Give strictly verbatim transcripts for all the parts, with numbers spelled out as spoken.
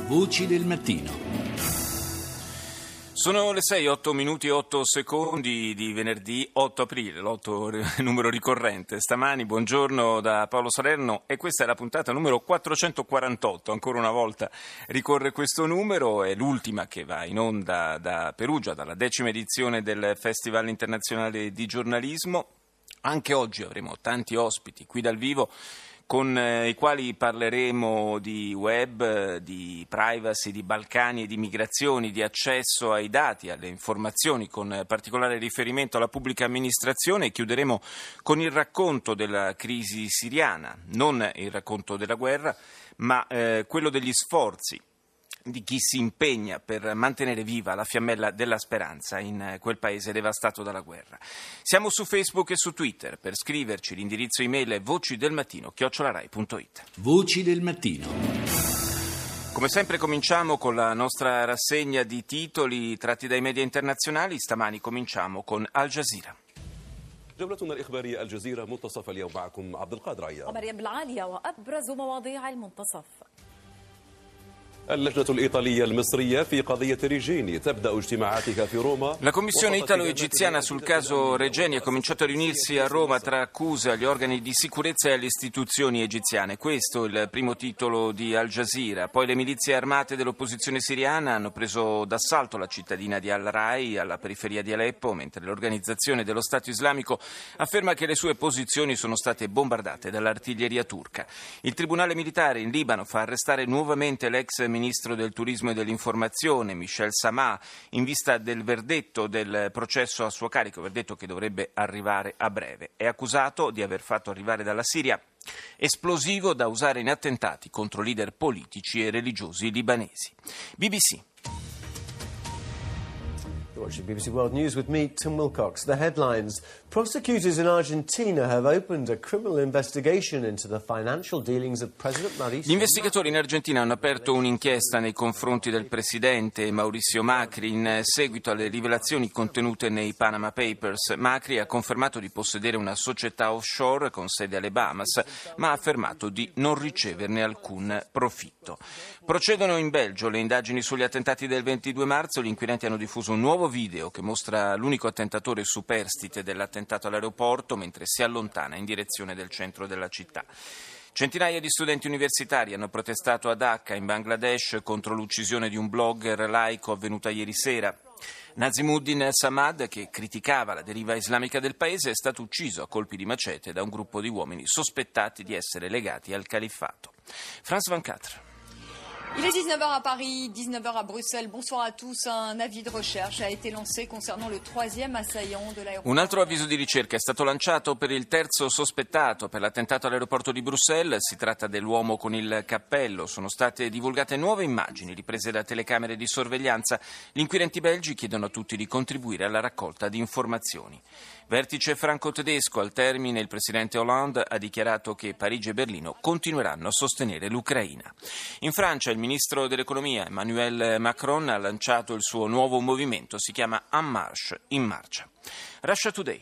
Voci del mattino. Sono le sei, otto minuti e otto secondi di venerdì otto aprile, l'otto numero ricorrente. Stamani, buongiorno da Paolo Salerno e questa è la puntata numero quattrocentoquarantotto. Ancora una volta ricorre questo numero, è l'ultima che va in onda da Perugia, dalla decima edizione del Festival Internazionale di Giornalismo. Anche oggi avremo tanti ospiti qui dal vivo, con i quali parleremo di web, di privacy, di Balcani e di migrazioni, di accesso ai dati, alle informazioni, con particolare riferimento alla pubblica amministrazione. Chiuderemo con il racconto della crisi siriana, non il racconto della guerra, ma eh, quello degli sforzi di chi si impegna per mantenere viva la fiammella della speranza in quel paese devastato dalla guerra. Siamo su Facebook e su Twitter. Per scriverci l'indirizzo email è vocidelmattino chiocciola rai punto it. Voci del mattino. Come sempre cominciamo con la nostra rassegna di titoli tratti dai media internazionali. Stamani cominciamo con Al Jazeera. جولتنا الإخبارية الجزيرة منتصف اليوم معكم عبد القادر عياد. ومريم العالية وأبرز مواضيع المنتصف. La commissione italo-egiziana sul caso Regeni ha cominciato a riunirsi a Roma tra accuse agli organi di sicurezza e alle istituzioni egiziane. Questo è il primo titolo di Al Jazeera. Poi le milizie armate dell'opposizione siriana hanno preso d'assalto la cittadina di Al-Rai, alla periferia di Aleppo, mentre l'organizzazione dello Stato Islamico afferma che le sue posizioni sono state bombardate dall'artiglieria turca. Il tribunale militare in Libano fa arrestare nuovamente l'ex ministro del turismo e dell'informazione Michel Samah in vista del verdetto del processo a suo carico, verdetto che dovrebbe arrivare a breve. È accusato di aver fatto arrivare dalla Siria esplosivo da usare in attentati contro leader politici e religiosi libanesi. B B C. Watching B B C World News with me, Tim Wilcox. The headlines. Prosecutors in Argentina have opened a criminal investigation into the financial dealings of President Mauricio. Gli investigatori in Argentina hanno aperto un'inchiesta nei confronti del presidente Mauricio Macri in seguito alle rivelazioni contenute nei Panama Papers. Macri ha confermato di possedere una società offshore con sede alle Bahamas, ma ha affermato di non riceverne alcun profitto. Procedono in Belgio le indagini sugli attentati del ventidue marzo. Gli inquirenti hanno diffuso un nuovo video che mostra l'unico attentatore superstite dell'attentato all'aeroporto mentre si allontana in direzione del centro della città. Centinaia di studenti universitari hanno protestato a Dhaka, in Bangladesh, contro l'uccisione di un blogger laico avvenuta ieri sera. Nazimuddin Samad, che criticava la deriva islamica del paese, è stato ucciso a colpi di macete da un gruppo di uomini sospettati di essere legati al califfato. Frans van Katre. Il est dix-neuf heures à Paris, dix-neuf heures à Bruxelles. Bonsoir à tous. Un avis de recherche a été lancé concernant le troisième assaillant de l'aéroport. Un altro avviso di ricerca è stato lanciato per il terzo sospettato per l'attentato all'aeroporto di Bruxelles. Si tratta dell'uomo con il cappello. Sono state divulgate nuove immagini riprese da telecamere di sorveglianza. Gli inquirenti belgi chiedono a tutti di contribuire alla raccolta di informazioni. Vertice franco-tedesco. Al termine il presidente Hollande ha dichiarato che Parigi e Berlino continueranno a sostenere l'Ucraina. In Francia il ministro dell'economia Emmanuel Macron ha lanciato il suo nuovo movimento, si chiama En Marche, in marcia. Russia Today.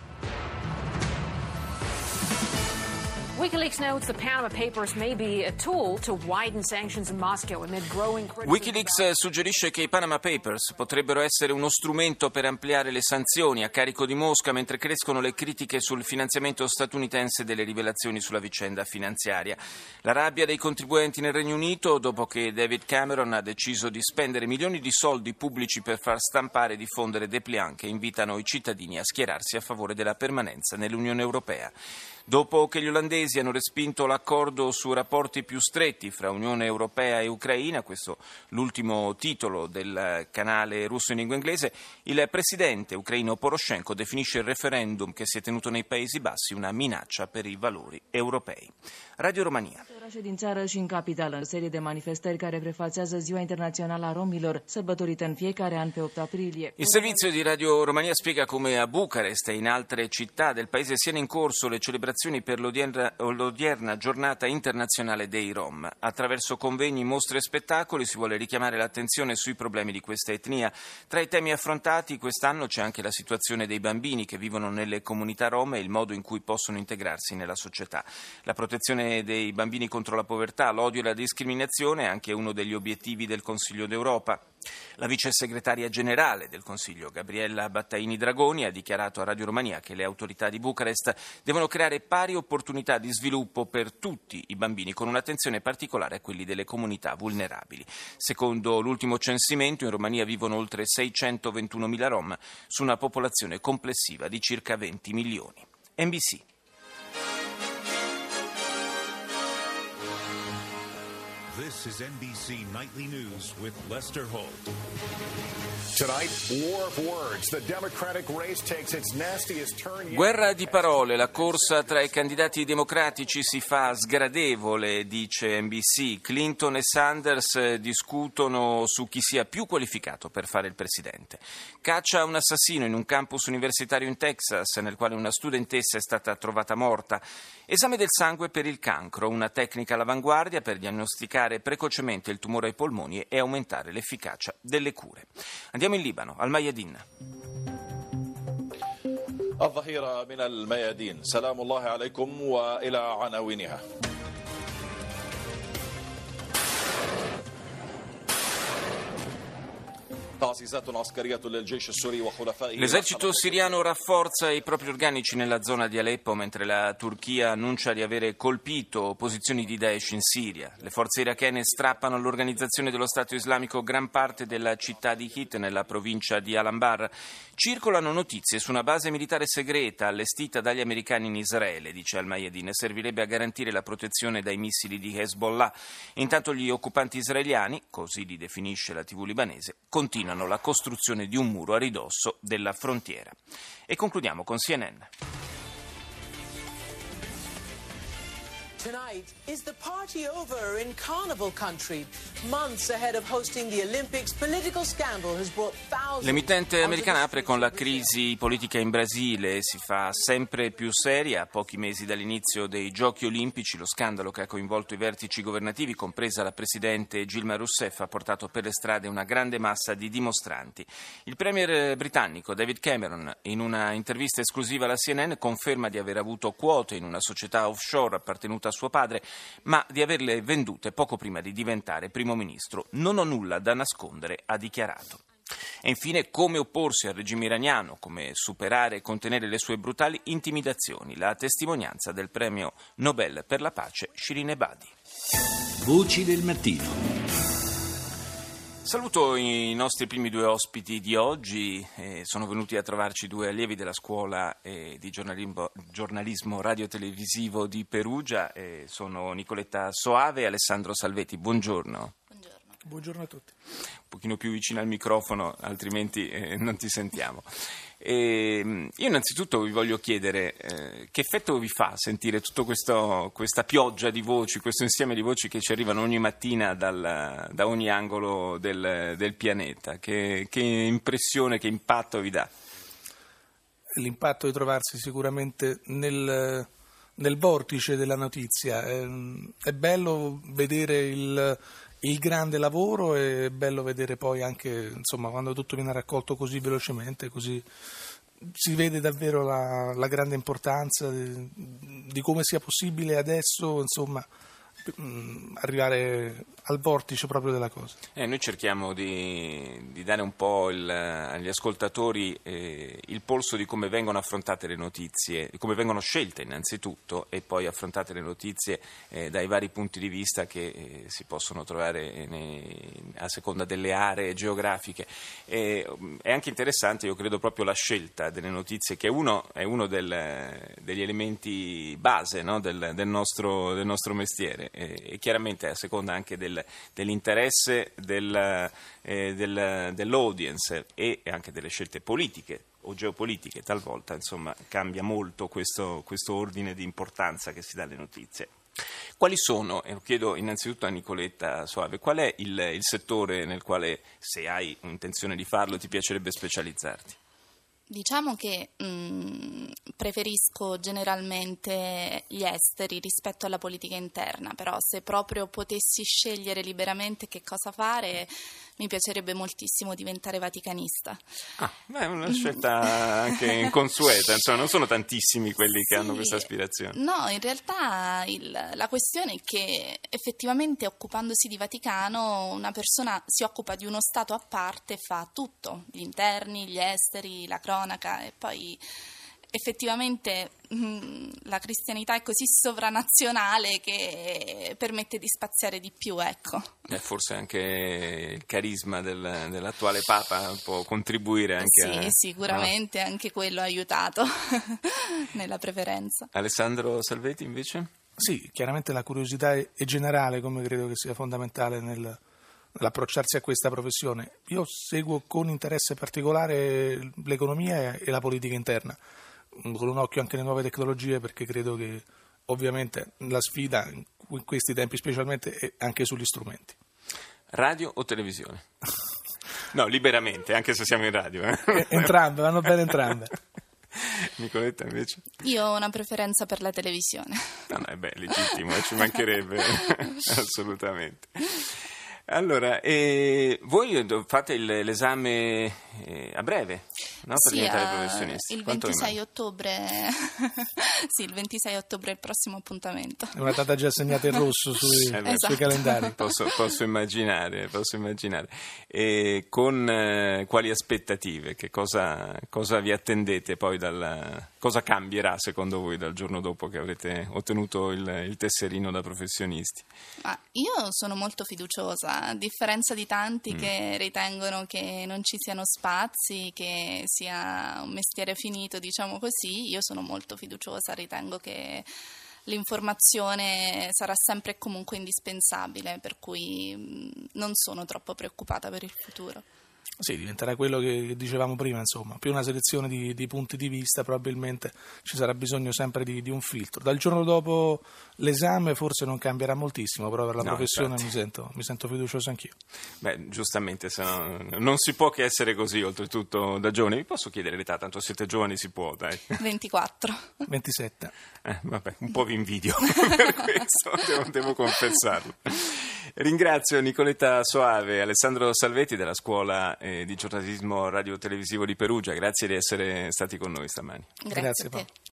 WikiLeaks notes the Panama Papers may be a tool to widen sanctions in Moscow amid growing criticism. WikiLeaks suggerisce che i Panama Papers potrebbero essere uno strumento per ampliare le sanzioni a carico di Mosca mentre crescono le critiche sul finanziamento statunitense delle rivelazioni sulla vicenda finanziaria. La rabbia dei contribuenti nel Regno Unito dopo che David Cameron ha deciso di spendere milioni di soldi pubblici per far stampare e diffondere dépliant che invitano i cittadini a schierarsi a favore della permanenza nell'Unione Europea. Dopo che gli olandesi hanno respinto l'accordo su rapporti più stretti fra Unione Europea e Ucraina, questo l'ultimo titolo del canale russo in lingua inglese, il presidente ucraino Poroshenko definisce il referendum che si è tenuto nei Paesi Bassi una minaccia per i valori europei. Radio Romania. Orașe din țară și în capitală, în serie de manifestări care prefațează Ziua Internațională a Romilor, sărbătorită în fiecare an pe opt aprilie. Il servizio di Radio Romania spiega come a Bucarest e in altre città del paese siano in corso le celebrazioni per l'odierna l'odierna giornata internazionale dei Rom. Attraverso convegni, mostre e spettacoli si vuole richiamare l'attenzione sui problemi di questa etnia. Tra i temi affrontati quest'anno c'è anche la situazione dei bambini che vivono nelle comunità rom e il modo in cui possono integrarsi nella società. La protezione dei bambini contro la povertà, l'odio e la discriminazione è anche uno degli obiettivi del Consiglio d'Europa. La vice segretaria generale del Consiglio, Gabriella Battaini Dragoni, ha dichiarato a Radio Romania che le autorità di Bucarest devono creare pari opportunità di sviluppo per tutti i bambini, con un'attenzione particolare a quelli delle comunità vulnerabili. Secondo l'ultimo censimento, in Romania vivono oltre seicentoventunomila rom su una popolazione complessiva di circa venti milioni. N B C. This is N B C Nightly News with Lester Holt. Tonight, war of words. The Democratic race takes its nastiest turn yet. Guerra di parole, la corsa tra i candidati democratici si fa sgradevole, dice N B C. Clinton e Sanders discutono su chi sia più qualificato per fare il presidente. Caccia un assassino in un campus universitario in Texas, nel quale una studentessa è stata trovata morta. Esame del sangue per il cancro, una tecnica all'avanguardia per diagnosticare precocemente il tumore ai polmoni e aumentare l'efficacia delle cure. Andiamo in Libano, al Mayadin. الظهيرة من الميادين سلام الله عليكم وإلى عناوينها. L'esercito siriano rafforza i propri organici nella zona di Aleppo, mentre la Turchia annuncia di avere colpito posizioni di Daesh in Siria. Le forze irachene strappano all'organizzazione dello Stato islamico gran parte della città di Hit, nella provincia di Al-Anbar. Circolano notizie su una base militare segreta allestita dagli americani in Israele, dice Al-Mayadin, e servirebbe a garantire la protezione dai missili di Hezbollah. Intanto gli occupanti israeliani, così li definisce la tivù libanese, continuano la costruzione di un muro a ridosso della frontiera. E concludiamo con C N N. Tonight, is the party over in Carnival country? Months ahead of hosting the Olympics, political scandal has brought thousands. L'emittente americana apre con la crisi politica in Brasile, si fa sempre più seria. A pochi mesi dall'inizio dei Giochi Olimpici, lo scandalo che ha coinvolto i vertici governativi, compresa la presidente Dilma Rousseff, ha portato per le strade una grande massa di dimostranti. Il premier britannico David Cameron, in una intervista esclusiva alla C N N, conferma di aver avuto quote in una società offshore appartenuta a suo padre, ma di averle vendute poco prima di diventare primo ministro. Non ho nulla da nascondere, ha dichiarato. E infine, come opporsi al regime iraniano, come superare e contenere le sue brutali intimidazioni, la testimonianza del premio Nobel per la pace Shirin Ebadi. Voci del mattino. Saluto i nostri primi due ospiti di oggi, eh, sono venuti a trovarci due allievi della scuola eh, di giornalismo, giornalismo radio-televisivo di Perugia, eh, sono Nicoletta Soave e Alessandro Salvetti. Buongiorno. Buongiorno. Buongiorno a tutti. Un pochino più vicino al microfono, altrimenti eh, non ti sentiamo. E io innanzitutto vi voglio chiedere eh, che effetto vi fa sentire tutta questa pioggia di voci, questo insieme di voci che ci arrivano ogni mattina dal, da ogni angolo del, del pianeta. Che, che impressione, che impatto vi dà? L'impatto di trovarsi sicuramente nel, nel vortice della notizia. È, è bello vedere il, il grande lavoro, è bello vedere poi anche, insomma, quando tutto viene raccolto così velocemente, così si vede davvero la, la grande importanza di, di come sia possibile adesso, insomma, arrivare al vortice proprio della cosa. Eh, noi cerchiamo di, di dare un po' il, agli ascoltatori eh, il polso di come vengono affrontate le notizie, di come vengono scelte innanzitutto e poi affrontate le notizie eh, dai vari punti di vista che eh, si possono trovare nei, a seconda delle aree geografiche. E, è anche interessante, io credo, proprio la scelta delle notizie, che uno, è uno del, degli elementi base, no, del, del, nostro, del nostro mestiere. E chiaramente a seconda anche del, dell'interesse del, eh, del, dell'audience e anche delle scelte politiche o geopolitiche, talvolta insomma cambia molto questo, questo ordine di importanza che si dà alle notizie. Quali sono, e lo chiedo innanzitutto a Nicoletta Soave, qual è il, il settore nel quale, se hai intenzione di farlo, ti piacerebbe specializzarti? Diciamo che mh, preferisco generalmente gli esteri rispetto alla politica interna, però se proprio potessi scegliere liberamente che cosa fare, mi piacerebbe moltissimo diventare vaticanista. Ah, beh, è una scelta anche inconsueta, insomma, non sono tantissimi quelli che Sì, hanno questa aspirazione. No, in realtà il, la questione è che effettivamente occupandosi di Vaticano una persona si occupa di uno Stato a parte e fa tutto, gli interni, gli esteri, la cronaca, e poi effettivamente mh, la cristianità è così sovranazionale che permette di spaziare di più, ecco. Eh, forse anche il carisma del, dell'attuale Papa può contribuire anche sì, a... sicuramente a... anche quello ha aiutato nella preferenza. Alessandro Salvetti invece? Sì, chiaramente la curiosità è, è generale, come credo che sia fondamentale nel, nell'approcciarsi a questa professione. Io seguo con interesse particolare l'economia e, e la politica interna, con un occhio anche alle nuove tecnologie, perché credo che ovviamente la sfida in questi tempi specialmente è anche sugli strumenti. Radio o televisione? No, liberamente, anche se siamo in radio. Eh? Entrambe, vanno bene entrambe. Nicoletta invece? Io ho una preferenza per la televisione. No, no, è beh, legittimo, ci mancherebbe assolutamente. Allora, eh, voi fate il, l'esame eh, a breve, no? Per sì, diventare uh, professionisti. Il Quanto ventisei ottobre, sì, il ventisei ottobre è il prossimo appuntamento. È una data già segnata in rosso sui, eh beh, esatto. sui calendari. Posso, posso immaginare, posso immaginare. E con eh, quali aspettative? Che cosa, cosa vi attendete poi dal, cosa cambierà secondo voi dal giorno dopo che avrete ottenuto il, il tesserino da professionisti? Ah, io sono molto fiduciosa. A differenza di tanti mm. che ritengono che non ci siano spazi, che sia un mestiere finito, diciamo così, io sono molto fiduciosa, ritengo che l'informazione sarà sempre e comunque indispensabile, per cui non sono troppo preoccupata per il futuro. Sì, diventerà quello che dicevamo prima, insomma, più una selezione di, di punti di vista, probabilmente ci sarà bisogno sempre di, di un filtro. Dal giorno dopo l'esame forse non cambierà moltissimo, però per la no, professione mi sento, mi sento fiducioso anch'io. Beh, giustamente, se no, non si può che essere così, oltretutto da giovani. Vi posso chiedere l'età, tanto siete giovani, si può, dai. ventiquattro. ventisette. Eh, vabbè, un po' vi invidio per questo, devo, devo confessarlo. Ringrazio Nicoletta Soave e Alessandro Salvetti della Scuola eh, di giornalismo radio-televisivo di Perugia. Grazie di essere stati con noi stamani. Grazie, Grazie a te.